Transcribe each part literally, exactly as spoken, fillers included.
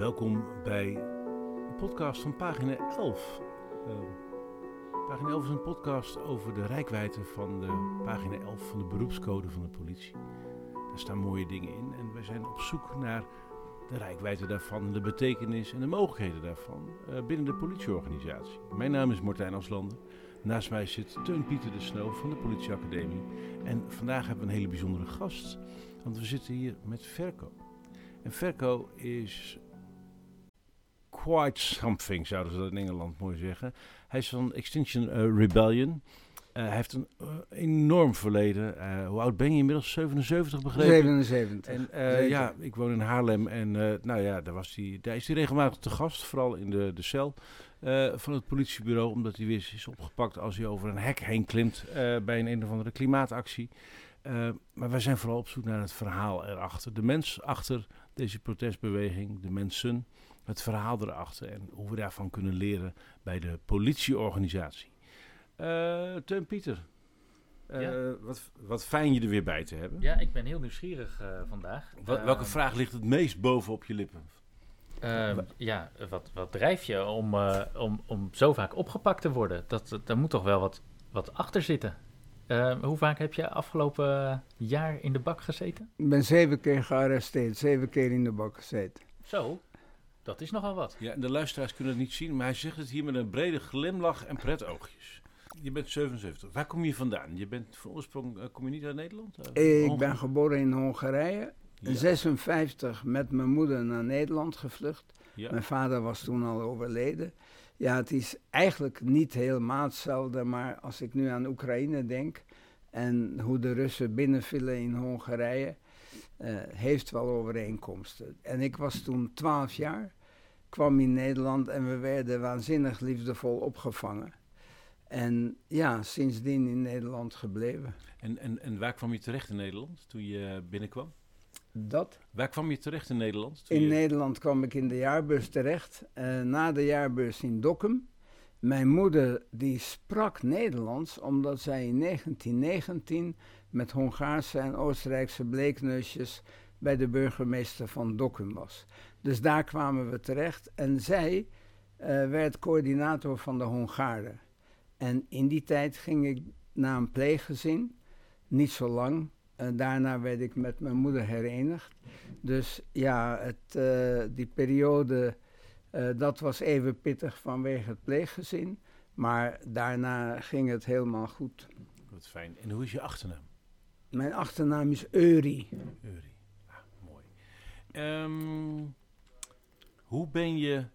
Welkom bij een podcast van Pagina elf. Uh, Pagina elf is een podcast over de reikwijdte van de Pagina elf van de beroepscode van de politie. Daar staan mooie dingen in en wij zijn op zoek naar de reikwijdte daarvan, de betekenis en de mogelijkheden daarvan uh, binnen de politieorganisatie. Mijn naam is Martijn Aslander. Naast mij zit Teun Pieter de Snoo van de Politieacademie. En vandaag hebben we een hele bijzondere gast, want we zitten hier met Ferko. En Ferko is quite something, zouden ze dat in Engeland mooi zeggen. Hij is van Extinction uh, Rebellion. Uh, hij heeft een uh, enorm verleden. Uh, hoe oud ben je inmiddels? zevenenzeventig begrepen? zevenenzeventig. En uh, ja, ik woon in Haarlem en uh, nou ja, daar, was hij, daar is hij regelmatig te gast, vooral in de, de cel uh, van het politiebureau, omdat hij weer is opgepakt als hij over een hek heen klimt uh, bij een een of andere klimaatactie. Uh, maar wij zijn vooral op zoek naar het verhaal erachter. De mens achter deze protestbeweging, de mensen, het verhaal erachter en hoe we daarvan kunnen leren bij de politieorganisatie. Uh, Teun Pieter, uh, ja. wat, wat fijn je er weer bij te hebben. Ja, ik ben heel nieuwsgierig uh, vandaag. Wat, uh, welke vraag ligt het meest bovenop je lippen? Uh, ja, wat, wat drijf je om, uh, om, om zo vaak opgepakt te worden? Dat, dat, daar moet toch wel wat, wat achter zitten. Uh, hoe vaak heb je afgelopen jaar in de bak gezeten? Ik ben zeven keer gearresteerd, zeven keer in de bak gezeten. Zo, dat is nogal wat. Ja, de luisteraars kunnen het niet zien, maar hij zegt het hier met een brede glimlach en pretoogjes. Je bent zevenenzeventig. Waar kom je vandaan? Je bent van oorsprong, uh, kom je niet uit Nederland? Uh, ik ben geboren in Hongarije. In ja. zesenvijftig met mijn moeder naar Nederland gevlucht. Ja. Mijn vader was toen al overleden. Ja, het is eigenlijk niet helemaal hetzelfde, maar als ik nu aan Oekraïne denk en hoe de Russen binnenvielen in Hongarije, uh, heeft wel overeenkomsten. En ik was toen twaalf jaar, kwam in Nederland en we werden waanzinnig liefdevol opgevangen. En ja, sindsdien in Nederland gebleven. En, en, en waar kwam je terecht in Nederland toen je binnenkwam? Dat? Waar kwam je terecht in Nederland? In je... Nederland kwam ik in de jaarbus terecht. Uh, na de jaarbus in Dokkum. Mijn moeder die sprak Nederlands omdat zij in negentien negentien met Hongaarse en Oostenrijkse bleekneusjes bij de burgemeester van Dokkum was. Dus daar kwamen we terecht en zij uh, werd coördinator van de Hongaren. En in die tijd ging ik naar een pleeggezin, niet zo lang. Uh, daarna werd ik met mijn moeder herenigd. Dus ja, het, uh, die periode, uh, dat was even pittig vanwege het pleeggezin. Maar daarna ging het helemaal goed. Wat fijn. En hoe is je achternaam? Mijn achternaam is Eury. Eury, ah, mooi. Um, hoe ben je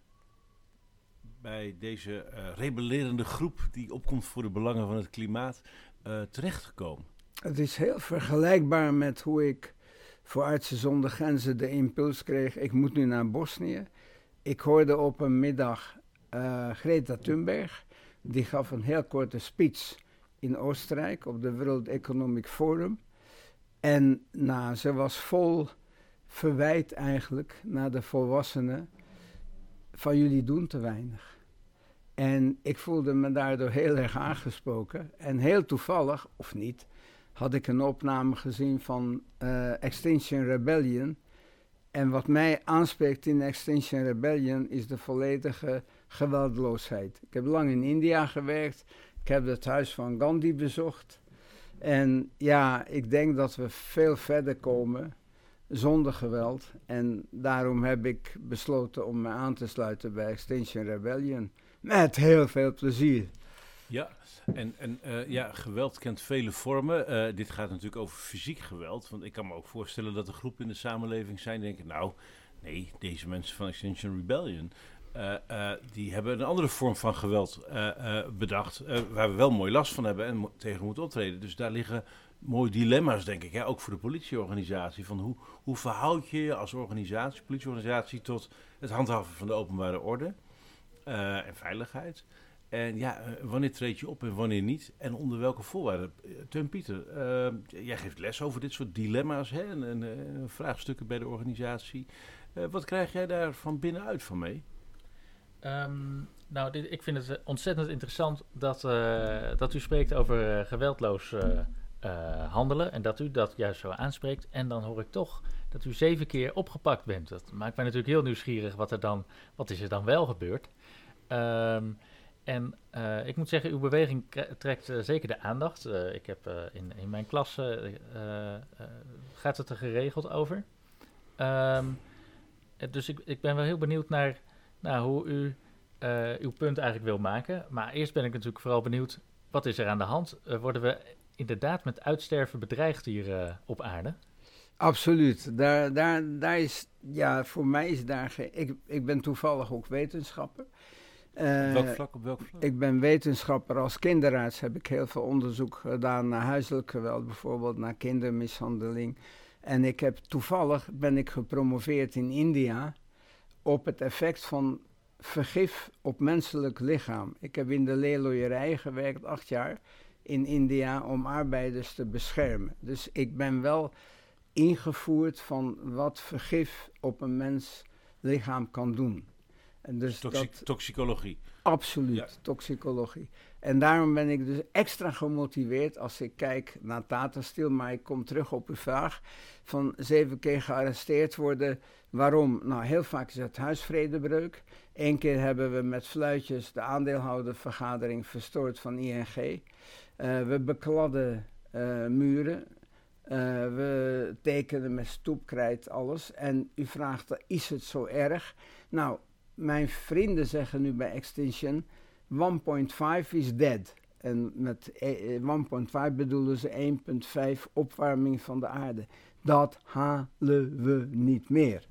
bij deze uh, rebellerende groep die opkomt voor de belangen van het klimaat uh, terechtgekomen? Het is heel vergelijkbaar met hoe ik voor Artsen zonder Grenzen de impuls kreeg. Ik moet nu naar Bosnië. Ik hoorde op een middag uh, Greta Thunberg. Die gaf een heel korte speech in Oostenrijk op de World Economic Forum. En nou, ze was vol verwijt eigenlijk naar de volwassenen van jullie doen te weinig. En ik voelde me daardoor heel erg aangesproken. En heel toevallig, of niet, had ik een opname gezien van uh, Extinction Rebellion. En wat mij aanspreekt in Extinction Rebellion is de volledige geweldloosheid. Ik heb lang in India gewerkt. Ik heb het huis van Gandhi bezocht. En ja, ik denk dat we veel verder komen zonder geweld. En daarom heb ik besloten om me aan te sluiten bij Extinction Rebellion. Met heel veel plezier. Ja, en, en uh, ja, geweld kent vele vormen. Uh, dit gaat natuurlijk over fysiek geweld. Want ik kan me ook voorstellen dat er groepen in de samenleving zijn die denken, nou, nee, deze mensen van Extinction Rebellion, uh, uh, die hebben een andere vorm van geweld uh, uh, bedacht, uh, waar we wel mooi last van hebben en mo- tegen moeten optreden. Dus daar liggen mooie dilemma's, denk ik, hè? Ook voor de politieorganisatie. Van hoe, hoe verhoud je je als organisatie, politieorganisatie, tot het handhaven van de openbare orde uh, en veiligheid. En ja, uh, wanneer treed je op en wanneer niet? En onder welke voorwaarden? Uh, Teun Pieter, uh, jij geeft les over dit soort dilemma's, hè? En, en uh, vraagstukken bij de organisatie. Uh, wat krijg jij daar van binnenuit van mee? Um, nou, dit, ik vind het ontzettend interessant dat, uh, dat u spreekt over uh, geweldloos uh, uh, handelen. En dat u dat juist zo aanspreekt. En dan hoor ik toch dat u zeven keer opgepakt bent. Dat maakt mij natuurlijk heel nieuwsgierig wat er dan, wat is er dan wel gebeurd. Um, en uh, ik moet zeggen, uw beweging k- trekt uh, zeker de aandacht. Uh, ik heb uh, in, in mijn klas uh, uh, uh, gaat het er geregeld over. Um, dus ik, ik ben wel heel benieuwd naar, naar hoe u uh, uw punt eigenlijk wil maken. Maar eerst ben ik natuurlijk vooral benieuwd, wat is er aan de hand? Uh, worden we inderdaad met uitsterven bedreigd hier uh, op aarde? Absoluut. Daar, daar, daar is, ja, voor mij is daar geen... Ik, ik ben toevallig ook wetenschapper. Uh, op welk vlak, op welk vlak? Ik ben wetenschapper. Als kinderarts heb ik heel veel onderzoek gedaan naar huiselijk geweld, bijvoorbeeld naar kindermishandeling. En ik heb toevallig, ben ik gepromoveerd in India op het effect van vergif op menselijk lichaam. Ik heb in de leerlooierij gewerkt, acht jaar, in India om arbeiders te beschermen. Dus ik ben wel ingevoerd van wat vergif op een mens lichaam kan doen. En dus Toxic, dat, toxicologie. Absoluut, ja. Toxicologie. En daarom ben ik dus extra gemotiveerd als ik kijk naar Tata Steel, maar ik kom terug op uw vraag van zeven keer gearresteerd worden. Waarom? Nou, heel vaak is het huisvredebreuk. Eén keer hebben we met fluitjes de aandeelhoudervergadering verstoord van I N G. Uh, we bekladden uh, muren. Uh, we tekenen met stoepkrijt alles. En u vraagt, is het zo erg? Nou, mijn vrienden zeggen nu bij Extinction, one point five is dead. En met one point five bedoelen ze één komma vijf opwarming van de aarde. Dat halen we niet meer.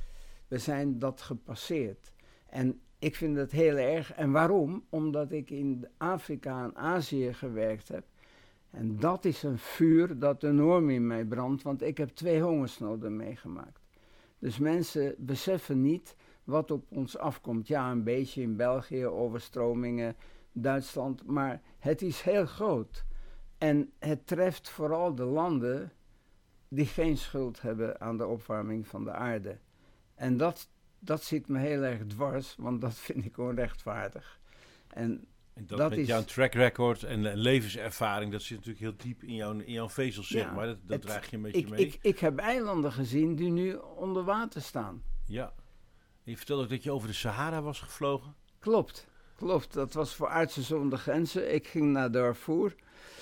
We zijn dat gepasseerd. En ik vind het heel erg. En waarom? Omdat ik in Afrika en Azië gewerkt heb. En dat is een vuur dat enorm in mij brandt, want ik heb twee hongersnoden meegemaakt. Dus mensen beseffen niet wat op ons afkomt. Ja, een beetje in België, overstromingen, Duitsland, maar het is heel groot. En het treft vooral de landen die geen schuld hebben aan de opwarming van de aarde. En dat, dat zit me heel erg dwars, want dat vind ik onrechtvaardig. En En dat, dat met is, jouw track record en, en levenservaring, dat zit natuurlijk heel diep in jouw, in jouw vezels, zeg ja, maar. Dat, dat het, draag je een beetje ik, mee. Ik, ik heb eilanden gezien die nu onder water staan. Ja. Je vertelde ook dat je over de Sahara was gevlogen. Klopt, klopt. Dat was voor Artsen zonder Grenzen. Ik ging naar Darfur.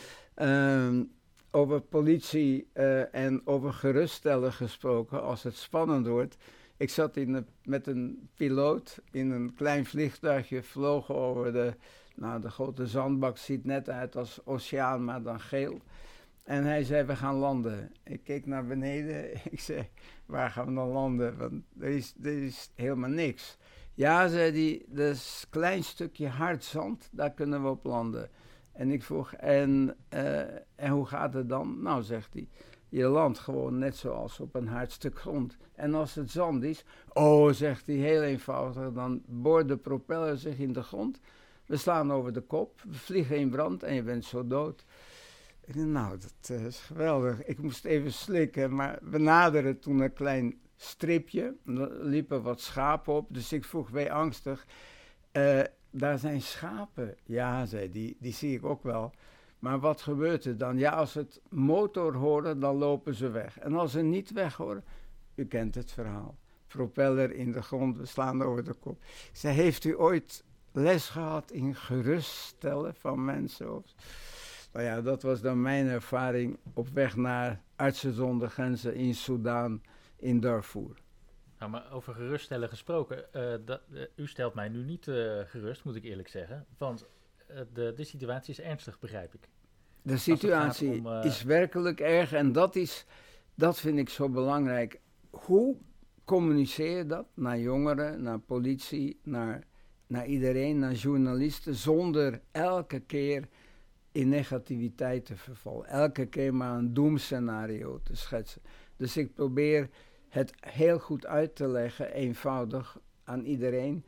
Um, over politie uh, en over geruststellen gesproken, als het spannend wordt. Ik zat in de, met een piloot in een klein vliegtuigje, vlogen over de... Nou, de grote zandbak ziet net uit als oceaan, maar dan geel. En hij zei, we gaan landen. Ik keek naar beneden. Ik zei, waar gaan we dan landen? Want er is, er is helemaal niks. Ja, zei hij, dat is een klein stukje hard zand, daar kunnen we op landen. En ik vroeg, en, uh, en hoe gaat het dan? Nou, zegt hij, je landt gewoon net zoals op een hard stuk grond. En als het zand is, oh, zegt hij, heel eenvoudig, dan boort de propeller zich in de grond. We slaan over de kop, we vliegen in brand en je bent zo dood. Ik dacht, nou, dat uh, is geweldig. Ik moest even slikken, maar we naderden toen een klein stripje. Er liepen wat schapen op, dus ik vroeg weer angstig. Uh, daar zijn schapen. Ja, zei die, die zie ik ook wel. Maar wat gebeurt er dan? Ja, als ze het motor horen, dan lopen ze weg. En als ze niet weg horen, u kent het verhaal. Propeller in de grond, we slaan over de kop. Ik zei, heeft u ooit les gehad in geruststellen van mensen? Of... Nou ja, dat was dan mijn ervaring op weg naar Artsen zonder Grenzen in Soudaan, in Darfur. Nou, maar over geruststellen gesproken, uh, dat, uh, u stelt mij nu niet uh, gerust, moet ik eerlijk zeggen. Want uh, de, de situatie is ernstig, begrijp ik. De situatie om, uh... is werkelijk erg en dat, is, dat vind ik zo belangrijk. Hoe communiceer je dat naar jongeren, naar politie, naar, naar iedereen, naar journalisten, zonder elke keer in negativiteit te vervallen. Elke keer maar een doemscenario te schetsen. Dus ik probeer het heel goed uit te leggen, eenvoudig, aan iedereen.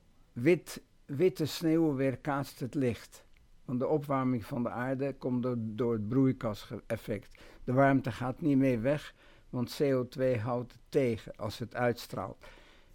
Wit, witte sneeuw weerkaatst het licht. Want de opwarming van de aarde komt door, door het broeikaseffect. De warmte gaat niet meer weg, want C O twee houdt het tegen als het uitstraalt.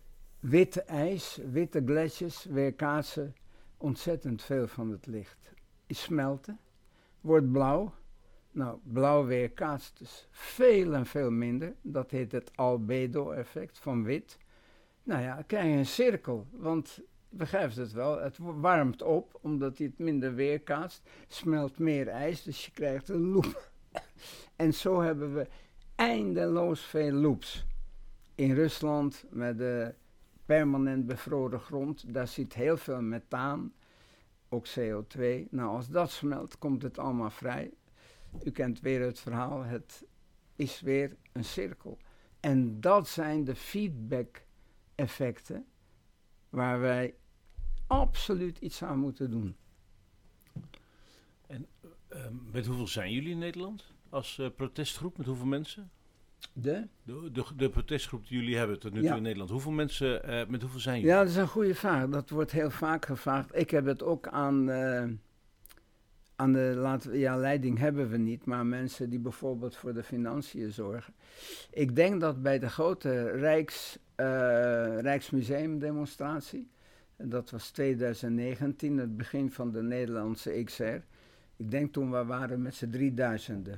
Witte ijs, witte gletsjers weerkaatsen ontzettend veel van het licht. Smelten, wordt blauw, Nou, blauw weerkaatst dus veel en veel minder. Dat heet het albedo-effect van wit. Nou ja, krijg je een cirkel, want begrijp het wel, het warmt op omdat hij het minder weerkaatst, smelt meer ijs, dus je krijgt een loop. En zo hebben we eindeloos veel loops. In Rusland met de permanent bevroren grond, daar zit heel veel methaan, ook C O twee. Nou, als dat smelt, komt het allemaal vrij. U kent weer het verhaal, het is weer een cirkel. En dat zijn de feedback-effecten waar wij absoluut iets aan moeten doen. En uh, met hoeveel zijn jullie in Nederland als uh, protestgroep? Met hoeveel mensen? De? De, de, de protestgroep die jullie hebben tot nu toe Ja. in Nederland. Hoeveel mensen, uh, met hoeveel zijn jullie? Ja, dat is een goede vraag. Dat wordt heel vaak gevraagd. Ik heb het ook aan, uh, aan de laten, ja, leiding hebben we niet, maar mensen die bijvoorbeeld voor de financiën zorgen. Ik denk dat bij de grote Rijks, uh, Rijksmuseumdemonstratie, dat was twintig negentien, het begin van de Nederlandse X R. Ik denk toen we waren met z'n drieduizenden.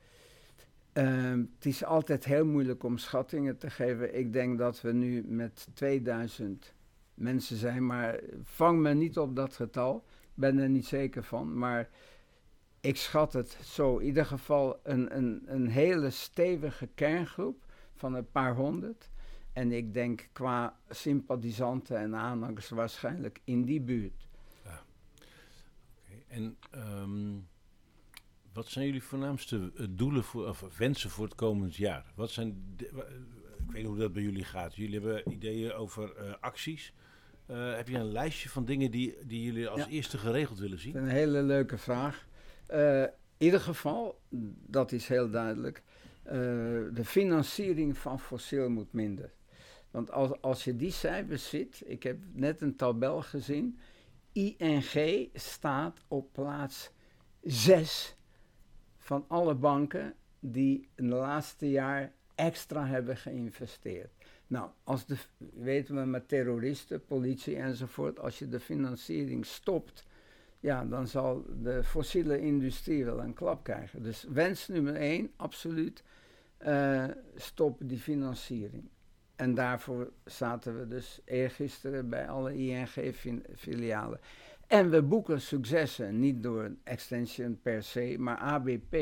Uh, het is altijd heel moeilijk om schattingen te geven. Ik denk dat we nu met tweeduizend mensen zijn, maar vang me niet op dat getal. Ik ben er niet zeker van, maar ik schat het zo. In ieder geval een, een, een hele stevige kerngroep van een paar honderd. En ik denk qua sympathisanten en aanhangers waarschijnlijk in die buurt. Ja. Okay. En um, wat zijn jullie voornaamste uh, doelen voor, of wensen voor het komend jaar? Wat zijn de, uh, ik weet niet hoe dat bij jullie gaat. Jullie hebben ideeën over uh, acties. Uh, heb je een lijstje van dingen die, die jullie als ja. eerste geregeld willen zien? Dat is een hele leuke vraag. Uh, in ieder geval, dat is heel duidelijk, uh, de financiering van fossiel moet minder. Want als, als je die cijfers ziet, ik heb net een tabel gezien, I N G staat op plaats zes van alle banken die in de laatste jaar extra hebben geïnvesteerd. Nou, als de, weten we met terroristen, politie enzovoort, als je de financiering stopt, ja, dan zal de fossiele industrie wel een klap krijgen. Dus wens nummer één, absoluut, uh, stop die financiering. En daarvoor zaten we dus eergisteren bij alle I N G-filialen. En we boeken successen, niet door Extension per se, maar A B P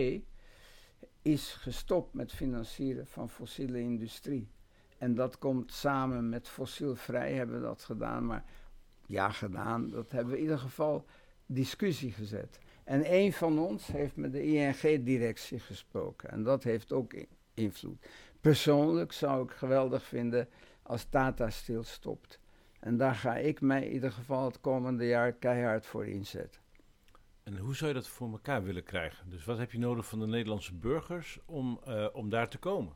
is gestopt met financieren van fossiele industrie. En dat komt samen met fossielvrij hebben we dat gedaan, maar ja, gedaan, dat hebben we in ieder geval discussie gezet. En een van ons heeft met de I N G-directie gesproken en dat heeft ook invloed. Persoonlijk zou ik geweldig vinden als Tata Steel stopt. En daar ga ik mij in ieder geval het komende jaar keihard voor inzetten. En hoe zou je dat voor elkaar willen krijgen? Dus wat heb je nodig van de Nederlandse burgers om, uh, om daar te komen?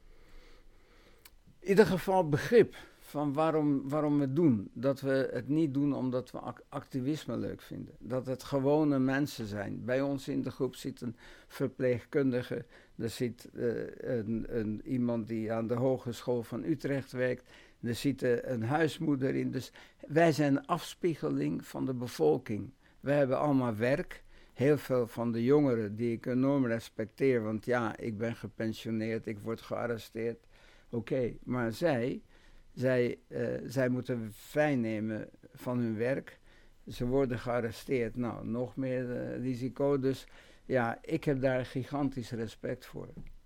In ieder geval begrip van waarom, waarom we het doen. Dat we het niet doen omdat we activisme leuk vinden. Dat het gewone mensen zijn. Bij ons in de groep zit een verpleegkundige. Er zit uh, een, een, iemand die aan de Hogeschool van Utrecht werkt. Er zit uh, een huismoeder in. Dus wij zijn een afspiegeling van de bevolking. We hebben allemaal werk. Heel veel van de jongeren die ik enorm respecteer. Want ja, ik ben gepensioneerd, ik word gearresteerd. Oké, okay, maar zij... Zij, uh, zij moeten vrijnemen van hun werk. Ze worden gearresteerd. Nou, nog meer uh, risico. Dus ja, ik heb daar gigantisch respect voor.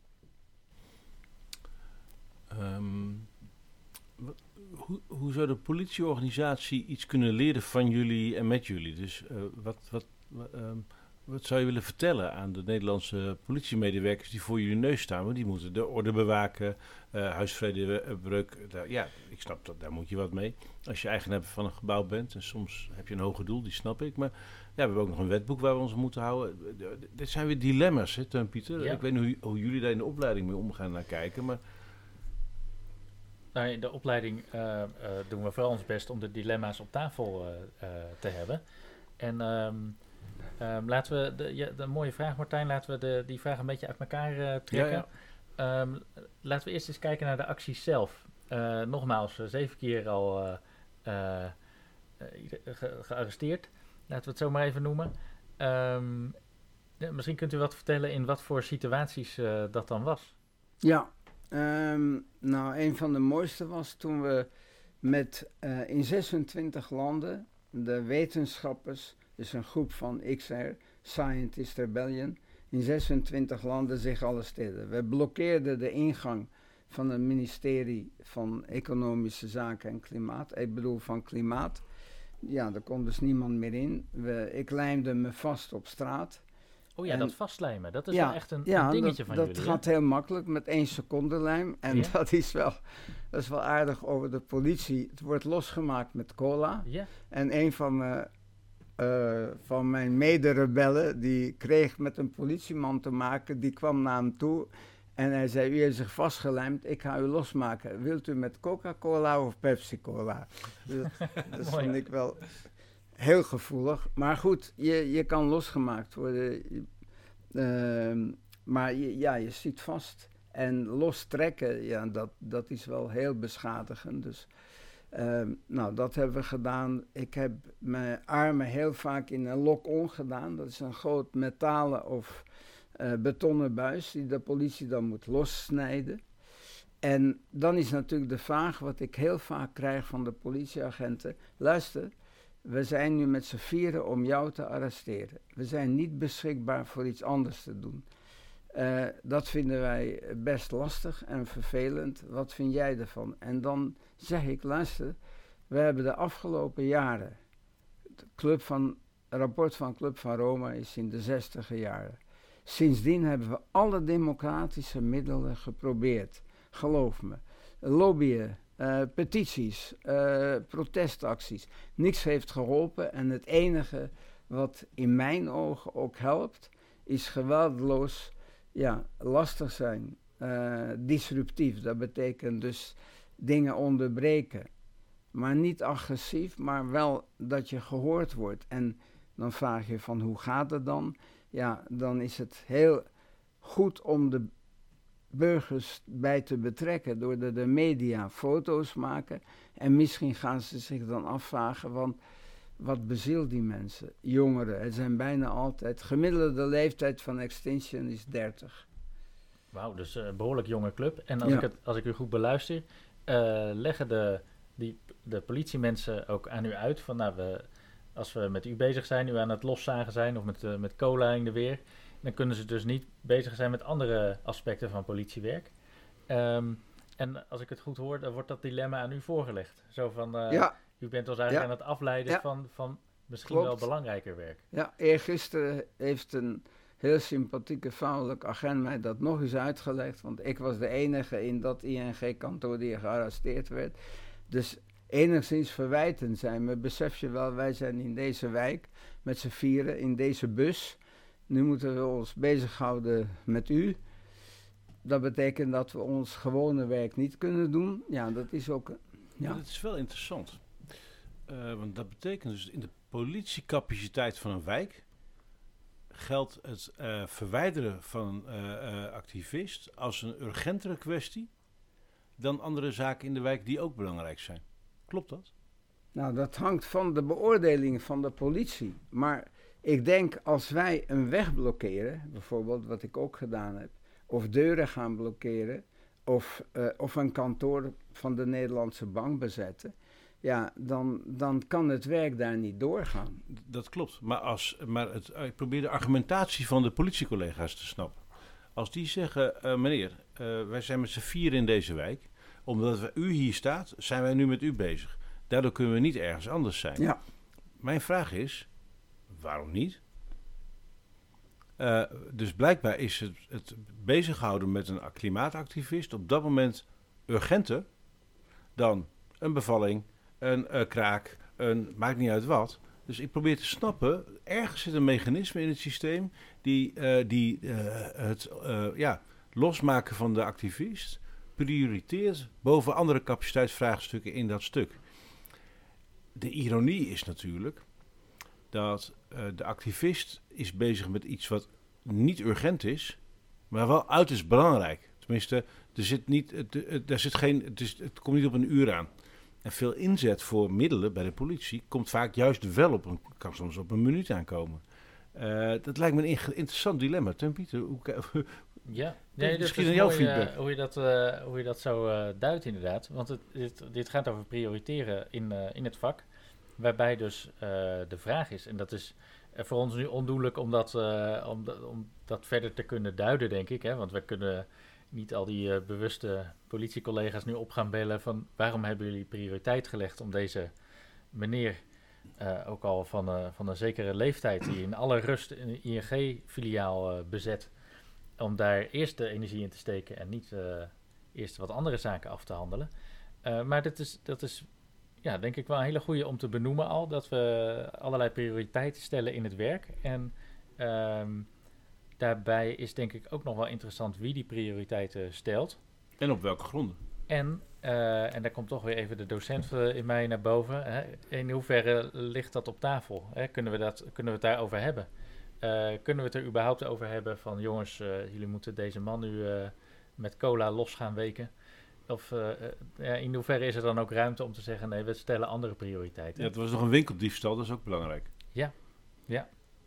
Um, wat, hoe, hoe zou de politieorganisatie iets kunnen leren van jullie en met jullie? Dus uh, wat, wat, wat, um, wat zou je willen vertellen aan de Nederlandse politiemedewerkers die voor jullie neus staan? Want die moeten de orde bewaken, uh, huisvredebreuk. Uh, ja, ik snap dat, daar moet je wat mee. Als je eigenaar van een gebouw bent. En soms heb je een hoger doel, die snap ik. Maar ja, we hebben ook nog een wetboek waar we ons aan moeten houden. Uh, dit zijn weer dilemma's, hè, Teun Pieter? Ja. Ik weet niet hoe, hoe jullie daar in de opleiding mee omgaan naar kijken, maar... Nou, in de opleiding uh, uh, doen we vooral ons best om de dilemma's op tafel uh, uh, te hebben. En... Um, Um, laten we, de, ja, de mooie vraag Martijn, laten we de, die vraag een beetje uit elkaar uh, trekken. Ja, ja. Um, laten we eerst eens kijken naar de acties zelf. Uh, nogmaals, uh, zeven keer al uh, uh, ge, gearresteerd. Laten we het zo maar even noemen. Um, Ja, misschien kunt u wat vertellen in wat voor situaties uh, dat dan was. Ja, um, nou een van de mooiste was toen we met uh, in zesentwintig landen de wetenschappers, dus een groep van X R, Scientist Rebellion, in zesentwintig landen zich arresteerden. We blokkeerden de ingang van het ministerie van Economische Zaken en Klimaat. Ik bedoel van Klimaat. Ja, daar kon dus niemand meer in. We, ik lijmde me vast op straat. Oh ja, en dat vastlijmen, dat is ja, wel echt een, ja, een dingetje dat, van dat jullie. Dat gaat hè? heel makkelijk met één seconde lijm. En Ja? dat, is wel, dat is wel aardig over de politie. Het wordt losgemaakt met cola. Ja. En een van mijn, uh, van mijn mederebellen, die kreeg met een politieman te maken, die kwam naar hem toe. En hij zei, u heeft zich vastgelijmd, ik ga u losmaken. Wilt u met Coca-Cola of Pepsi-Cola? Dat, dat vond ik wel heel gevoelig. Maar goed, je, je kan losgemaakt worden. Uh, maar je, ja, je zit vast. En lostrekken, ja, dat, dat is wel heel beschadigend. Dus, uh, nou, dat hebben we gedaan. Ik heb mijn armen heel vaak in een lock-on gedaan. Dat is een groot metalen of uh, betonnen buis die de politie dan moet lossnijden. En dan is natuurlijk de vraag wat ik heel vaak krijg van de politieagenten. Luister, we zijn nu met z'n vieren om jou te arresteren. We zijn niet beschikbaar voor iets anders te doen. Uh, dat vinden wij best lastig en vervelend. Wat vind jij ervan? En dan zeg ik, luister, we hebben de afgelopen jaren, het Club van, rapport van Club van Roma is in de zestiger jaren. Sindsdien hebben we alle democratische middelen geprobeerd. Geloof me. Lobbyen, uh, petities, uh, protestacties. Niks heeft geholpen en het enige wat in mijn ogen ook helpt, is geweldloos ja, lastig zijn. Uh, disruptief, dat betekent dus dingen onderbreken. Maar niet agressief, maar wel dat je gehoord wordt. En dan vraag je van hoe gaat het dan? Ja, dan is het heel goed om de burgers bij te betrekken door de, de media foto's maken. En misschien gaan ze zich dan afvragen, want wat bezielt die mensen? Jongeren, het zijn bijna altijd, gemiddelde leeftijd van Extinction is dertig. Wauw, dus een behoorlijk jonge club. En als, ja. ik, het, als ik u goed beluister, uh, leggen de, die, de politiemensen ook aan u uit van, nou, we, als we met u bezig zijn, u aan het loszagen zijn of met, uh, met cola in de weer, dan kunnen ze dus niet bezig zijn met andere aspecten van politiewerk. Um, en als ik het goed hoor, dan wordt dat dilemma aan u voorgelegd. Zo van, uh, ja. u bent ons eigenlijk ja. aan het afleiden ja. van, van misschien Klopt. wel belangrijker werk. Ja, eergisteren heeft een heel sympathieke vrouwelijk agent mij dat nog eens uitgelegd, want ik was de enige in dat I N G-kantoor die gearresteerd werd. Dus enigszins verwijtend zijn me. Besef je wel, wij zijn in deze wijk met z'n vieren in deze bus. Nu moeten we ons bezighouden met u. Dat betekent dat we ons gewone werk niet kunnen doen. Ja, dat is ook... Ja. Maar dat is wel interessant. Uh, want dat betekent dus in de politiecapaciteit van een wijk geldt het uh, verwijderen van een uh, uh, activist als een urgentere kwestie dan andere zaken in de wijk die ook belangrijk zijn. Klopt dat? Nou, dat hangt van de beoordeling van de politie. Maar ik denk als wij een weg blokkeren, bijvoorbeeld wat ik ook gedaan heb, of deuren gaan blokkeren, of, uh, of een kantoor van de Nederlandse bank bezetten, ja, dan, dan kan het werk daar niet doorgaan. Dat klopt, maar, als, maar het, ik probeer de argumentatie van de politiecollega's te snappen. Als die zeggen, uh, meneer, uh, wij zijn met z'n vier in deze wijk, omdat we, u hier staat, zijn wij nu met u bezig. Daardoor kunnen we niet ergens anders zijn. Ja. Mijn vraag is, waarom niet? Uh, dus blijkbaar is het, het bezighouden met een klimaatactivist op dat moment urgenter dan een bevalling, een uh, kraak, een maakt niet uit wat. Dus ik probeer te snappen, ergens zit een mechanisme in het systeem die, uh, die uh, het uh, ja, losmaken van de activist prioriteert boven andere capaciteitsvraagstukken in dat stuk. De ironie is natuurlijk dat uh, de activist is bezig met iets wat niet urgent is, maar wel uiterst belangrijk. Tenminste, er zit niet, het, het, er zit geen, het, is, het komt niet op een uur aan. En veel inzet voor middelen bij de politie komt vaak juist wel op een, kan soms op een minuut aankomen. Uh, dat lijkt me een inge- interessant dilemma, Teun Pieter. Hoe, hoe, ja, nee, misschien dat aan jouw mooi, feedback. Uh, hoe, je dat, uh, hoe je dat zo uh, duidt inderdaad. Want het, dit, dit gaat over prioriteren in, uh, in het vak. Waarbij dus uh, de vraag is, en dat is uh, voor ons nu ondoenlijk om dat, uh, om, om dat verder te kunnen duiden, denk ik. Hè? Want we kunnen niet al die uh, bewuste politiecollega's nu op gaan bellen van waarom hebben jullie prioriteit gelegd om deze meneer, uh, ook al van, uh, van een zekere leeftijd, die in alle rust een I N G-filiaal uh, bezet, om daar eerst de energie in te steken en niet uh, eerst wat andere zaken af te handelen. Uh, maar dat is, dat is ja, denk ik wel een hele goede om te benoemen al, dat we allerlei prioriteiten stellen in het werk. En um, daarbij is denk ik ook nog wel interessant wie die prioriteiten stelt. En op welke gronden. En, uh, en daar komt toch weer even de docent in mij naar boven. Hè? In hoeverre ligt dat op tafel? Hè? Kunnen we dat, kunnen we het daarover hebben? Uh, kunnen we het er überhaupt over hebben van jongens, uh, jullie moeten deze man nu uh, met cola los gaan weken? Of uh, uh, ja, in hoeverre is er dan ook ruimte om te zeggen, nee, we stellen andere prioriteiten? Ja, het was nog een winkeldiefstal, dat is ook belangrijk. Ja, ja.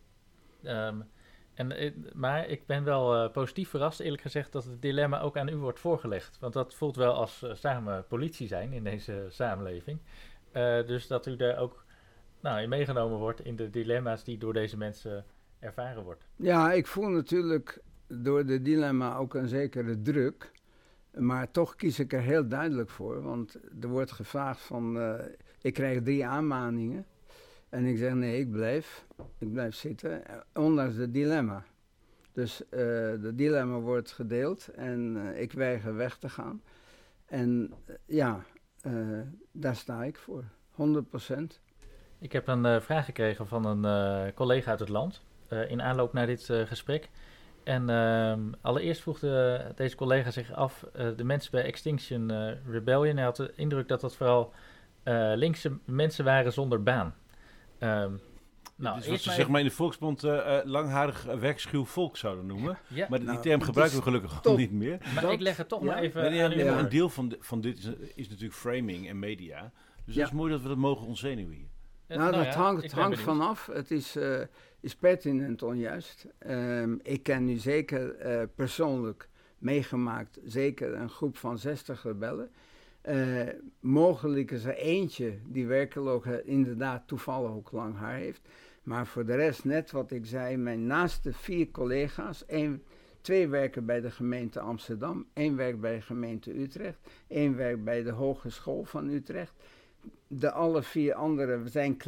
Um, en, maar ik ben wel uh, positief verrast, eerlijk gezegd, dat het dilemma ook aan u wordt voorgelegd. Want dat voelt wel als uh, samen politie zijn in deze samenleving. Uh, dus dat u daar ook nou, in meegenomen wordt in de dilemma's die door deze mensen ervaren wordt. Ja, ik voel natuurlijk door de dilemma ook een zekere druk. Maar toch kies ik er heel duidelijk voor. Want er wordt gevraagd van, uh, ik krijg drie aanmaningen. En ik zeg nee, ik blijf. Ik blijf zitten, ondanks het dilemma. Dus uh, de dilemma wordt gedeeld en uh, ik weiger weg te gaan. En uh, ja, uh, daar sta ik voor, honderd procent. Ik heb een uh, vraag gekregen van een uh, collega uit het land, uh, in aanloop naar dit uh, gesprek. En uh, allereerst vroeg de, deze collega zich af, uh, de mensen bij Extinction uh, Rebellion, hij had de indruk dat dat vooral uh, linkse mensen waren zonder baan. Um, nou, dus wat ze zeg maar in de volksmond uh, uh, langharig uh, werkschuw volk zouden noemen. Ja. Maar nou, die term gebruiken we gelukkig al niet meer. Maar dat, ik leg het toch ja. maar even nee, nee, aan nee, u ja. Een deel van, de, van dit is, is natuurlijk framing en media. Dus ja. dat is mooi dat we dat mogen ontzenuwen hier. Nou, nou dat ja, hangt, het hangt vanaf. Het is, uh, is pertinent onjuist. Um, ik ken nu zeker uh, persoonlijk meegemaakt, zeker een groep van zestig rebellen. Uh, mogelijk is er eentje die werkelijk uh, inderdaad toevallig ook lang haar heeft. Maar voor de rest, net wat ik zei, mijn naaste vier collega's, één, twee werken bij de gemeente Amsterdam, één werkt bij de gemeente Utrecht, één werkt bij de Hogeschool van Utrecht. De alle vier anderen zijn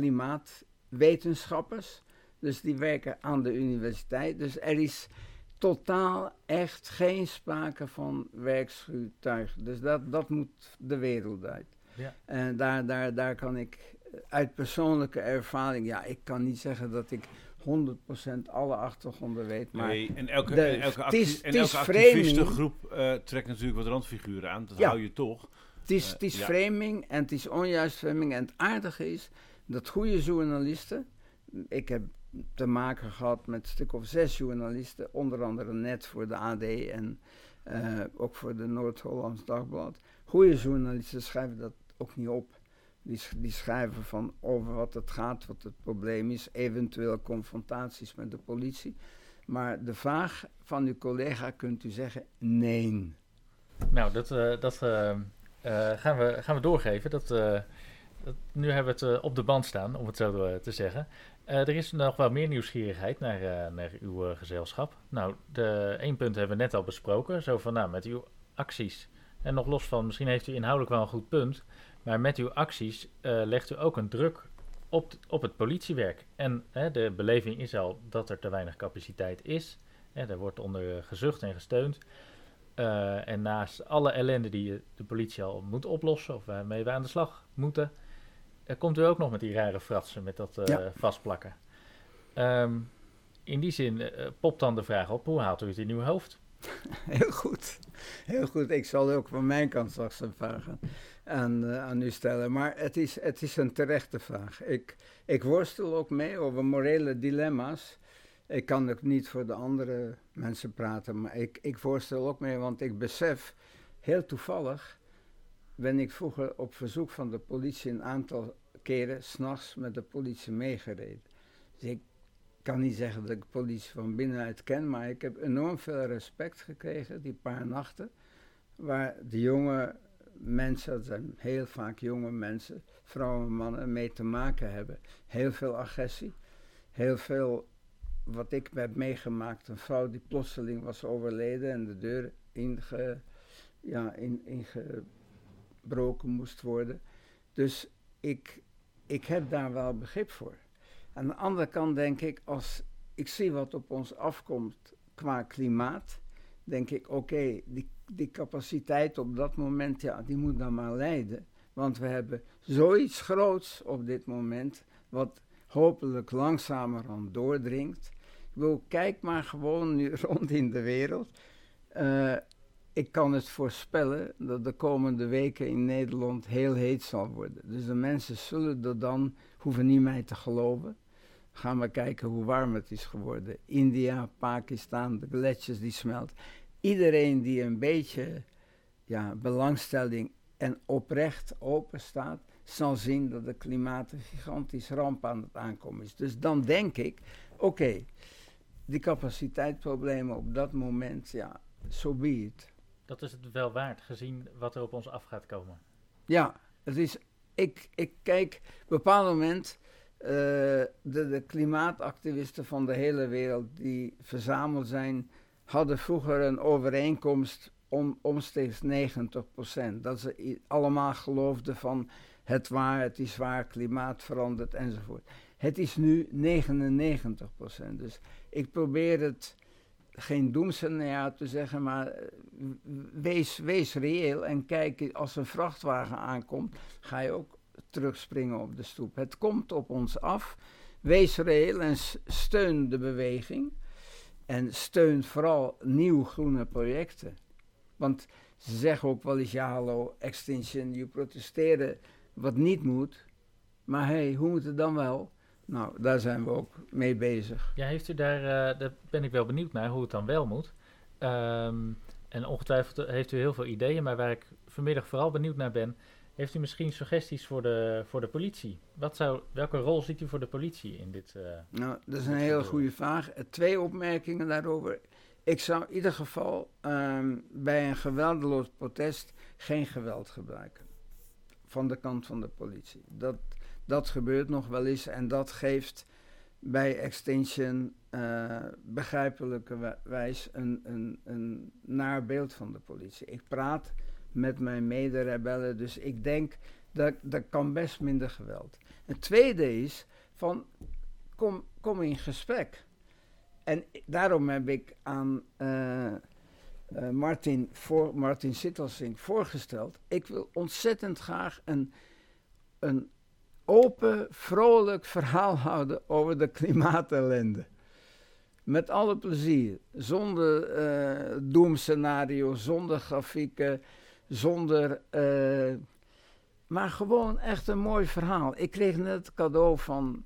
klimaatwetenschappers, dus die werken aan de universiteit. Dus er is totaal echt geen sprake van werkschuwtuigen. Dus dat, dat moet de wereld uit. Ja. En daar, daar, daar kan ik uit persoonlijke ervaring, ja, ik kan niet zeggen dat ik honderd procent alle achtergronden weet. Maar nee, en elke, de, en elke, acti- tis, en elke activistengroep uh, trekt natuurlijk wat randfiguren aan. Dat ja. hou je toch. Het is, uh, is ja. framing en het is onjuist framing. En het aardige is dat goede journalisten, ik heb te maken gehad met een stuk of zes journalisten, onder andere net voor de A D en uh, ook voor de Noord-Hollands Dagblad. Goede journalisten schrijven dat ook niet op. Die, die schrijven van over wat het gaat, wat het probleem is, eventueel confrontaties met de politie. Maar de vraag van uw collega kunt u zeggen, nee. Nou, dat, uh, dat uh, uh, gaan, we, gaan we doorgeven. Dat, uh, dat, nu hebben we het uh, op de band staan, om het zo uh, te zeggen. Uh, er is nog wel meer nieuwsgierigheid naar, uh, naar uw uh, gezelschap. Nou, de één punt hebben we net al besproken. Zo van, nou, met uw acties. En nog los van, misschien heeft u inhoudelijk wel een goed punt. Maar met uw acties uh, legt u ook een druk op, t, op het politiewerk. En hè, de beleving is al dat er te weinig capaciteit is. Hè, daar wordt onder uh, gezucht en gesteund. Uh, en naast alle ellende die uh, de politie al moet oplossen, of waarmee we aan de slag moeten, uh, komt u ook nog met die rare fratsen, met dat uh, ja. vastplakken. Um, in die zin uh, popt dan de vraag op, hoe haalt u het in uw hoofd? Heel goed, heel goed. Ik zal ook van mijn kant straks een vraag aan, uh, aan u stellen. Maar het is, het is een terechte vraag. Ik, ik worstel ook mee over morele dilemma's. Ik kan ook niet voor de andere mensen praten, maar ik, ik worstel ook mee, want ik besef, heel toevallig, ben ik vroeger op verzoek van de politie een aantal keren 's nachts met de politie meegereden. Dus ik kan niet zeggen dat ik de politie van binnenuit ken, maar ik heb enorm veel respect gekregen die paar nachten, waar de jonge mensen, dat zijn heel vaak jonge mensen, vrouwen en mannen, mee te maken hebben. Heel veel agressie, heel veel wat ik heb meegemaakt, een vrouw die plotseling was overleden en de deur inge, ja, in, ingebroken moest worden. Dus ik, ik heb daar wel begrip voor. Aan de andere kant denk ik, als ik zie wat op ons afkomt qua klimaat, denk ik, oké, okay, die, die capaciteit op dat moment, ja, die moet dan maar leiden. Want we hebben zoiets groots op dit moment, wat hopelijk langzamerhand doordringt. Ik bedoel, kijk maar gewoon nu rond in de wereld. Uh, ik kan het voorspellen dat de komende weken in Nederland heel heet zal worden. Dus de mensen zullen er dan, hoeven niet mij te geloven, gaan we kijken hoe warm het is geworden. India, Pakistan, de gletsjers die smelten. Iedereen die een beetje ja, belangstelling en oprecht open staat, zal zien dat de klimaat een gigantisch ramp aan het aankomen is. Dus dan denk ik, oké, okay, die capaciteitsproblemen op dat moment, ja, so be it. Dat is het wel waard, gezien wat er op ons af gaat komen. Ja, het is, ik, ik kijk, op een bepaald moment, uh, de, de klimaatactivisten van de hele wereld die verzameld zijn, hadden vroeger een overeenkomst om, omstreeks negentig procent. Dat ze i- allemaal geloofden van het waar, het is waar, klimaat verandert enzovoort. Het is nu negenennegentig procent. Dus ik probeer het geen doemscenario te zeggen, maar wees, wees reëel en kijk, als een vrachtwagen aankomt, ga je ook terugspringen op de stoep. Het komt op ons af. Wees reëel en steun de beweging. En steun vooral nieuwe groene projecten. Want ze zeggen ook wel eens, ja hallo, Extinction, je protesteren wat niet moet. Maar hé, hey, hoe moet het dan wel? Nou, daar zijn we ook mee bezig. Ja, heeft u daar, uh, daar ben ik wel benieuwd naar, hoe het dan wel moet. Um, en ongetwijfeld heeft u heel veel ideeën, maar waar ik vanmiddag vooral benieuwd naar ben, heeft u misschien suggesties voor de, voor de politie? Wat zou, welke rol ziet u voor de politie in dit? Uh, nou, dat is een hele goede vraag. Twee opmerkingen daarover. Ik zou in ieder geval um, bij een geweldloos protest geen geweld gebruiken. Van de kant van de politie. Dat, dat gebeurt nog wel eens en dat geeft bij Extinction uh, begrijpelijkerwijs een, een, een naar beeld van de politie. Ik praat met mijn mederebellen, dus ik denk dat dat kan best minder geweld. Het tweede is van kom, kom in gesprek. En daarom heb ik aan uh, uh, Martin, voor, Martin Sittelsink voorgesteld, ik wil ontzettend graag een, een open, vrolijk verhaal houden over de klimaatellende. Met alle plezier, zonder uh, doemscenario, zonder grafieken, zonder, uh, maar gewoon echt een mooi verhaal. Ik kreeg net cadeau van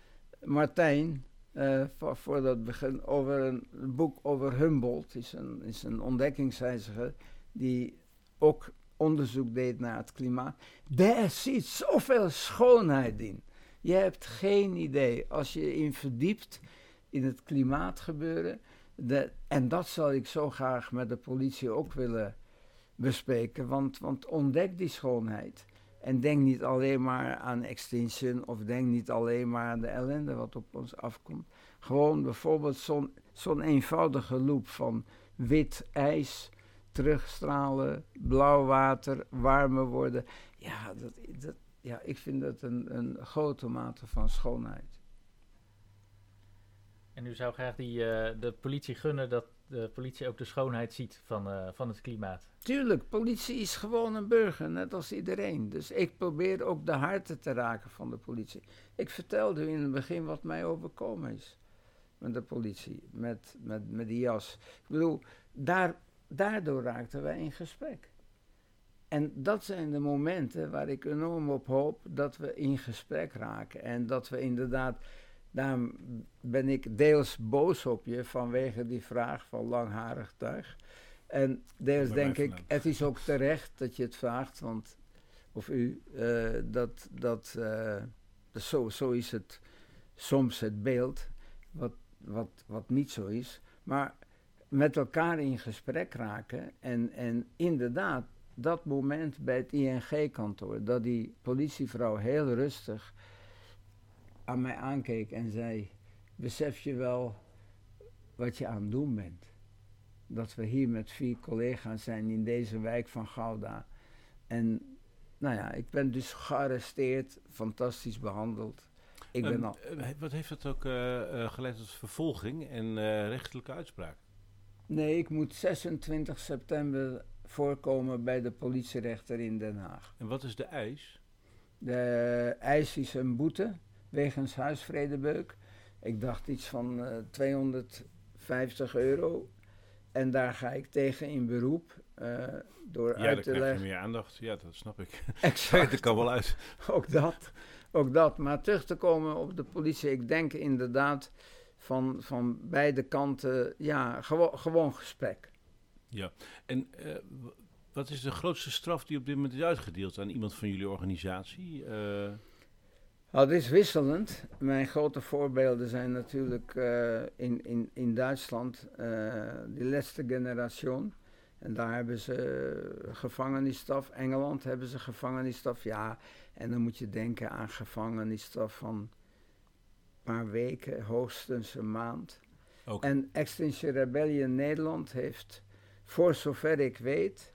Martijn, uh, voor, voor dat begin, over een boek over Humboldt, is een, is een ontdekkingsreiziger die ook onderzoek deed naar het klimaat. Daar zit zoveel schoonheid in. Je hebt geen idee, als je in verdiept in het klimaatgebeuren, de, en dat zal ik zo graag met de politie ook willen bespreken, want, want ontdek die schoonheid. En denk niet alleen maar aan Extinction of denk niet alleen maar aan de ellende wat op ons afkomt. Gewoon bijvoorbeeld zo'n, zo'n eenvoudige loop van wit ijs, terugstralen, blauw water, warmer worden. Ja, dat, dat, ja ik vind dat een, een grote mate van schoonheid. En u zou graag die, uh, de politie gunnen dat de politie ook de schoonheid ziet van, uh, van het klimaat? Tuurlijk, politie is gewoon een burger, net als iedereen. Dus ik probeer ook de harten te raken van de politie. Ik vertelde u in het begin wat mij overkomen is met de politie, met, met, met die jas. Ik bedoel, daar, daardoor raakten wij in gesprek. En dat zijn de momenten waar ik enorm op hoop dat we in gesprek raken. En dat we inderdaad, daarom ben ik deels boos op je vanwege die vraag van langharig tuig. En deels denk ik, het is ook terecht dat je het vraagt, want, of u, uh, dat, dat uh, zo, zo is het soms het beeld. wat, wat, wat niet zo is. Maar met elkaar in gesprek raken en, en inderdaad, dat moment bij het I N G-kantoor, dat die politievrouw heel rustig aan mij aankeek en zei, besef je wel wat je aan het doen bent? Dat we hier met vier collega's zijn in deze wijk van Gouda. En nou ja, ik ben dus gearresteerd, fantastisch behandeld. Ik ben um, al... Wat heeft dat ook uh, uh, geleid tot vervolging en uh, rechtelijke uitspraak? Nee, ik moet zesentwintig september voorkomen bij de politierechter in Den Haag. En wat is de eis? De eis is een boete wegens huisvredebreuk. Ik dacht iets van uh, tweehonderdvijftig euro. En daar ga ik tegen in beroep. Uh, door ja, uit te dan krijg je leggen. meer aandacht. Ja, dat snap ik. Exact. Dat kan wel uit. Ook dat. Ook dat. Maar terug te komen op de politie. Ik denk inderdaad van, van beide kanten. Ja, gewo- gewoon gesprek. Ja. En uh, wat is de grootste straf die op dit moment is uitgedeeld aan iemand van jullie organisatie? Uh... Nou, het is wisselend. Mijn grote voorbeelden zijn natuurlijk uh, in, in, in Duitsland uh, de laatste generatie. En daar hebben ze uh, gevangenisstraf. Engeland hebben ze gevangenisstraf. Ja, en dan moet je denken aan gevangenisstraf van een paar weken, hoogstens een maand. Okay. En Extinction Rebellion Nederland heeft, voor zover ik weet,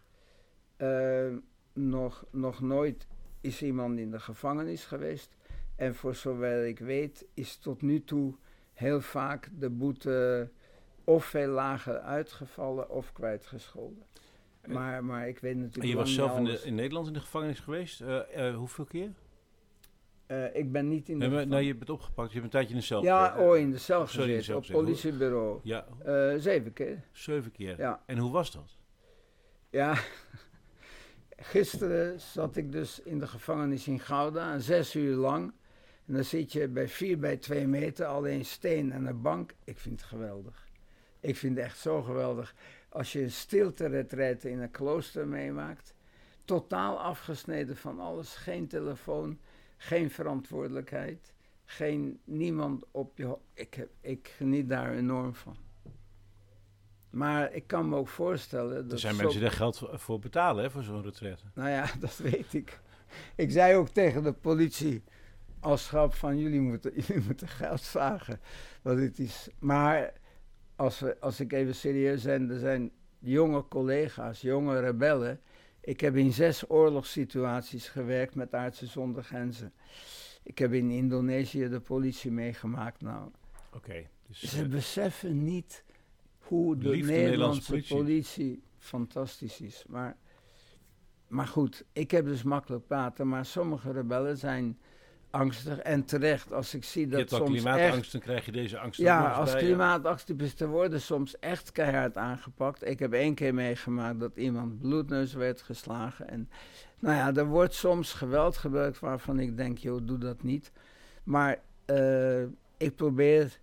uh, nog, nog nooit is iemand in de gevangenis geweest. En voor zover ik weet is tot nu toe heel vaak de boete of veel lager uitgevallen of kwijtgescholden. Maar, maar ik weet natuurlijk. En je was zelf in, de, alles. in Nederland in de gevangenis geweest? Uh, uh, hoeveel keer? Uh, ik ben niet in de nee, maar, gevangenis. nou, je bent opgepakt, je hebt een tijdje in de cel Ja, gezeten. oh, in de cel Sorry, gezeten, op gezeten. politiebureau. Ja. Uh, zeven keer. Zeven keer? Ja. En hoe was dat? Ja, gisteren zat ik dus in de gevangenis in Gouda, zes uur lang. En dan zit je bij vier bij twee meter, alleen steen en een bank. Ik vind het geweldig. Ik vind het echt zo geweldig. Als je een stilte-retraite in een klooster meemaakt, totaal afgesneden van alles, geen telefoon, geen verantwoordelijkheid, geen niemand op je... Ho- ik, heb, ik geniet daar enorm van. Maar ik kan me ook voorstellen... Dat er zijn zo... mensen die daar geld voor betalen, hè, voor zo'n retraite. Nou ja, dat weet ik. Ik zei ook tegen de politie, als grap van jullie moeten, jullie moeten geld vragen. Want het is... Maar als, we, als ik even serieus ben, er zijn jonge collega's, jonge rebellen. Ik heb in zes oorlogssituaties gewerkt met Artsen zonder Grenzen. Ik heb in Indonesië de politie meegemaakt. Nou, okay, dus, ze uh, beseffen niet hoe de Nederlandse, Nederlandse politie. politie fantastisch is. Maar, maar goed, ik heb dus makkelijk praten, maar sommige rebellen zijn angstig en terecht. Als ik zie dat je hebt al soms klimaatangst, echt, dan krijg je deze angst. Ja, als bij, klimaatactivisten worden soms echt keihard aangepakt. Ik heb één keer meegemaakt dat iemand bloedneus werd geslagen. En nou ja, er wordt soms geweld gebruikt waarvan ik denk, joh, doe dat niet. Maar uh, ik probeer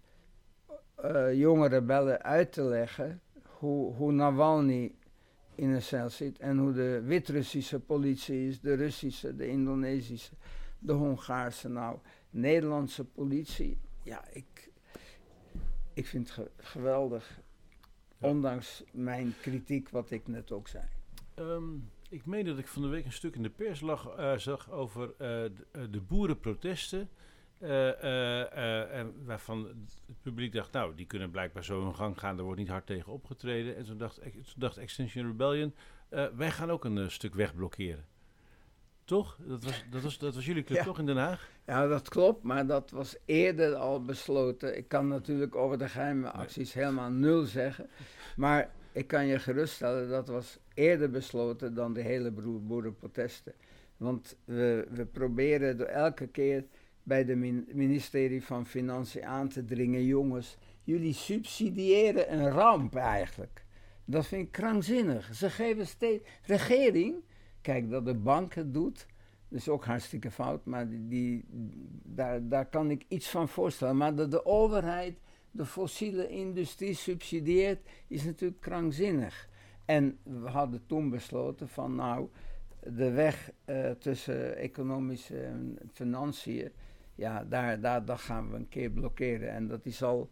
uh, jonge rebellen uit te leggen hoe, hoe Navalny in een cel zit en hoe de Wit-Russische politie is, de Russische, de Indonesische, de Hongaarse, nou, Nederlandse politie. Ja, ik, ik vind het ge- geweldig, ja. Ondanks mijn kritiek, wat ik net ook zei. Um, ik meen dat ik van de week een stuk in de pers lag, uh, zag over uh, de, uh, de boerenprotesten. Uh, uh, uh, en waarvan het publiek dacht, nou, die kunnen blijkbaar zo hun gang gaan, er wordt niet hard tegen opgetreden. En toen dacht, toen dacht Extinction Rebellion, uh, wij gaan ook een uh, stuk wegblokkeren. Toch? Dat was, dat was, dat was jullie club, ja. Toch, in Den Haag? Ja, dat klopt, maar dat was eerder al besloten. Ik kan natuurlijk over de geheime acties nee. helemaal nul zeggen. Maar ik kan je geruststellen, dat was eerder besloten dan de hele boerenprotesten. Want we, we proberen door elke keer bij het min- ministerie van Financiën aan te dringen. Jongens, jullie subsidiëren een ramp eigenlijk. Dat vind ik krankzinnig. Ze geven steeds... Regering... Kijk, dat de bank het doet, dat is ook hartstikke fout, maar die, die, daar, daar kan ik iets van voorstellen. Maar dat de overheid de fossiele industrie subsidieert, is natuurlijk krankzinnig. En we hadden toen besloten van, nou, de weg uh, tussen economische en financiën Ja, daar, daar, daar gaan we een keer blokkeren. En dat is al,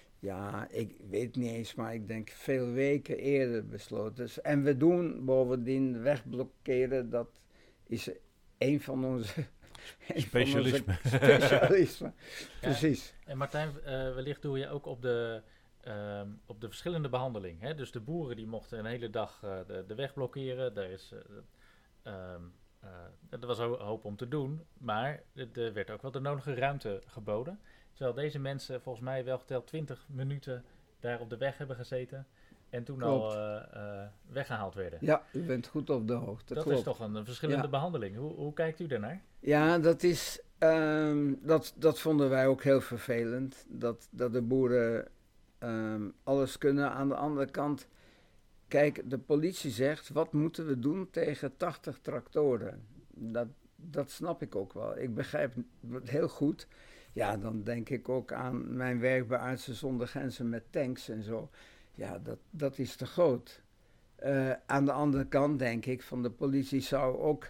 ja, ik weet niet eens, maar ik denk veel weken eerder besloten. Dus, en we doen bovendien wegblokkeren, dat is een van onze... Specialisme. Specialisme, precies. Ja, en Martijn, uh, wellicht doe je ook op de, uh, op de verschillende behandeling. Hè? Dus de boeren die mochten een hele dag uh, de, de weg blokkeren. Daar is, uh, um, uh, er was een hoop om te doen, maar er werd ook wel de nodige ruimte geboden. Terwijl deze mensen volgens mij wel geteld twintig minuten daar op de weg hebben gezeten. En toen klopt. al uh, uh, weggehaald werden. Ja, u bent goed op de hoogte. Dat klopt. is toch een, een verschillende ja. behandeling. Hoe, hoe kijkt u daarnaar? Ja, dat is... Um, dat, dat vonden wij ook heel vervelend. Dat, dat de boeren um, alles kunnen. Aan de andere kant... Kijk, de politie zegt... Wat moeten we doen tegen tachtig tractoren? Dat, dat snap ik ook wel. Ik begrijp het heel goed. Ja, dan denk ik ook aan mijn werk bij Artsen zonder Grenzen met tanks en zo. Ja, dat, dat is te groot. Uh, aan de andere kant denk ik van de politie zou ook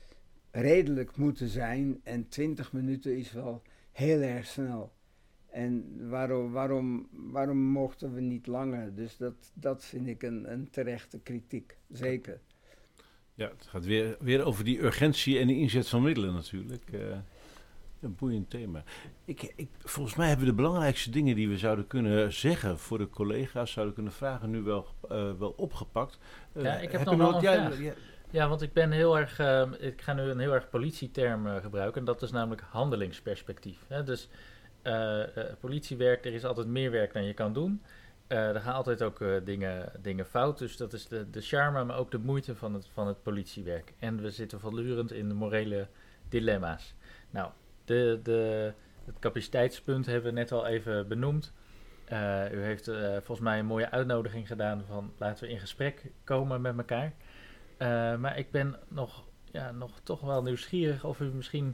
redelijk moeten zijn. En twintig minuten is wel heel erg snel. En waarom, waarom, waarom mochten we niet langer? Dus dat, dat vind ik een, een terechte kritiek, zeker. Ja, het gaat weer, weer over die urgentie en de inzet van middelen natuurlijk. Uh, een boeiend thema. Ik, ik, volgens mij hebben we de belangrijkste dingen die we zouden kunnen zeggen voor de collega's, zouden kunnen vragen, nu wel, uh, wel opgepakt. Uh, ja, ik heb, heb nog wel een vraag. Ja, ja, want ik ben heel erg, uh, ik ga nu een heel erg politieterm uh, gebruiken. En dat is namelijk handelingsperspectief. Hè? Dus uh, uh, politiewerk, er is altijd meer werk dan je kan doen. Uh, er gaan altijd ook uh, dingen, dingen fout. Dus dat is de, de charme, maar ook de moeite van het, van het politiewerk. En we zitten voortdurend in de morele dilemma's. Nou, de, de, het capaciteitspunt hebben we net al even benoemd. Uh, u heeft uh, volgens mij een mooie uitnodiging gedaan van laten we in gesprek komen met elkaar. Uh, maar ik ben nog, ja, nog toch wel nieuwsgierig of u misschien,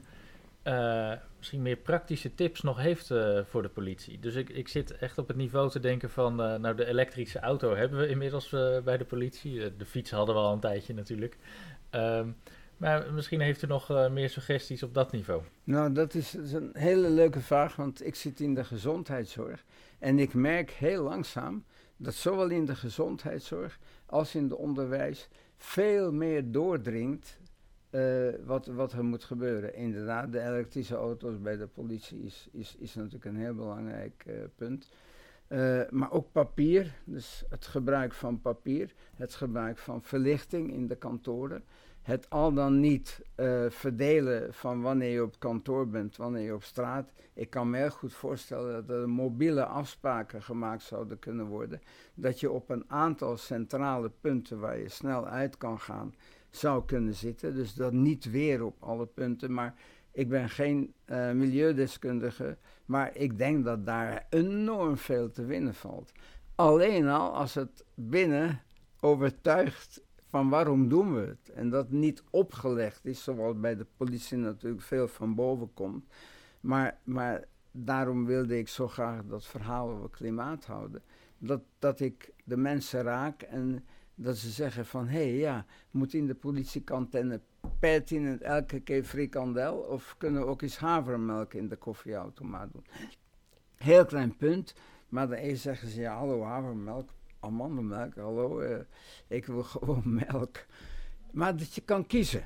uh, misschien meer praktische tips nog heeft uh, voor de politie. Dus ik, ik zit echt op het niveau te denken van, uh, nou de elektrische auto hebben we inmiddels uh, bij de politie. Uh, de fiets hadden we al een tijdje natuurlijk. Um, maar misschien heeft u nog uh, meer suggesties op dat niveau. Nou, dat is, dat is een hele leuke vraag, want ik zit in de gezondheidszorg. En ik merk heel langzaam dat zowel in de gezondheidszorg als in het onderwijs veel meer doordringt uh, wat, wat er moet gebeuren. Inderdaad, de elektrische auto's bij de politie is, is, is natuurlijk een heel belangrijk uh, punt. Uh, maar ook papier, dus het gebruik van papier, het gebruik van verlichting in de kantoren. Het al dan niet uh, verdelen van wanneer je op kantoor bent, wanneer je op straat. Ik kan me heel goed voorstellen dat er mobiele afspraken gemaakt zouden kunnen worden. Dat je op een aantal centrale punten waar je snel uit kan gaan, zou kunnen zitten. Dus dat niet weer op alle punten. Maar ik ben geen uh, milieudeskundige, maar ik denk dat daar enorm veel te winnen valt. Alleen al als het binnen overtuigt van waarom doen we het? En dat niet opgelegd is, zoals bij de politie natuurlijk veel van boven komt. Maar, maar daarom wilde ik zo graag dat verhaal over klimaat houden. Dat, dat ik de mensen raak en dat ze zeggen van, hé hey, ja, moet in de politiekantine pertinent elke keer frikandel of kunnen we ook eens havermelk in de koffieautomaat doen? Heel klein punt, maar dan eerst zeggen ze, ja, hallo, havermelk. Amandelmelk, hallo, uh, ik wil gewoon melk. Maar dat je kan kiezen.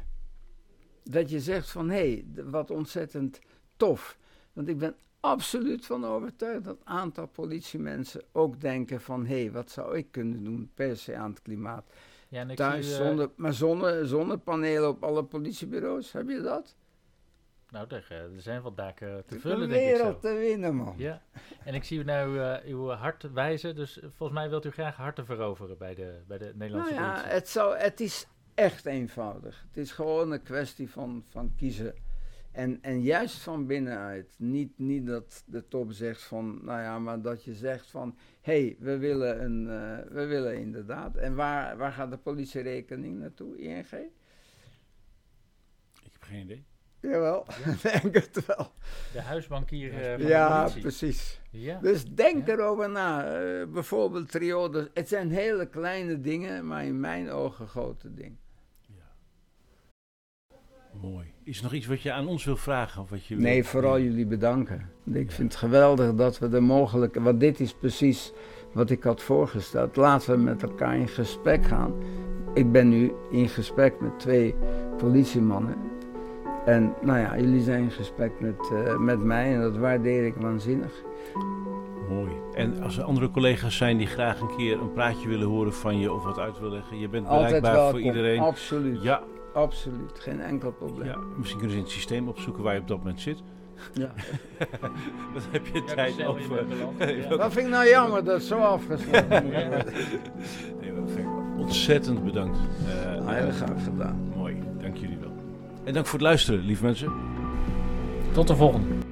Dat je zegt van, hé, hey, wat ontzettend tof. Want ik ben absoluut van overtuigd dat een aantal politiemensen ook denken van, hé, hey, wat zou ik kunnen doen per se aan het klimaat. Ja, en ik Thuis, zie, uh... zonne, maar zonne, zonnepanelen op alle politiebureaus, heb je dat? Nou, er, er zijn wat daken te de vullen, denk ik zo. De wereld te winnen, man. Ja, en ik zie u nou uh, uw hart wijzen, dus volgens mij wilt u graag harten veroveren bij de, bij de Nederlandse nou ja, politie. Het, zou, het is echt eenvoudig. Het is gewoon een kwestie van, van kiezen. En, en juist van binnenuit. Niet, niet dat de top zegt van, nou ja, maar dat je zegt van, hé, hey, we willen een, uh, we willen inderdaad. En waar, waar gaat de politierekening naartoe, I N G? Ik heb geen idee. Jawel, ja. Denk het wel. De huisbankier uh, van ja, de politie. Precies. Ja, dus denk ja. erover na. Uh, bijvoorbeeld triodes. Het zijn hele kleine dingen, maar in mijn ogen grote dingen. Ja. Mooi. Is er nog iets wat je aan ons wil vragen? Of wat je nee, wil... vooral jullie bedanken. Ik vind het geweldig dat we de mogelijke... Want dit is precies wat ik had voorgesteld. Laten we met elkaar in gesprek gaan. Ik ben nu in gesprek met twee politiemannen. En nou ja, jullie zijn in gesprek met, uh, met mij en dat waardeer ik waanzinnig. Mooi. En als er andere collega's zijn die graag een keer een praatje willen horen van je of wat uit willen leggen, je bent Altijd bereikbaar welkom. voor iedereen. Absoluut. Ja. Absoluut, geen enkel probleem. Ja, misschien kunnen ze in het systeem opzoeken waar je op dat moment zit. Ja. Dan heb je Ja, tijd snel over. in beland, ja. Dat vind ik nou jammer dat het zo afgesloten moet worden. Nee, maar Frank, ontzettend bedankt. Uh, Nou, heel graag gedaan. Mooi, dank jullie wel. En dank voor het luisteren, lieve mensen. Tot de volgende.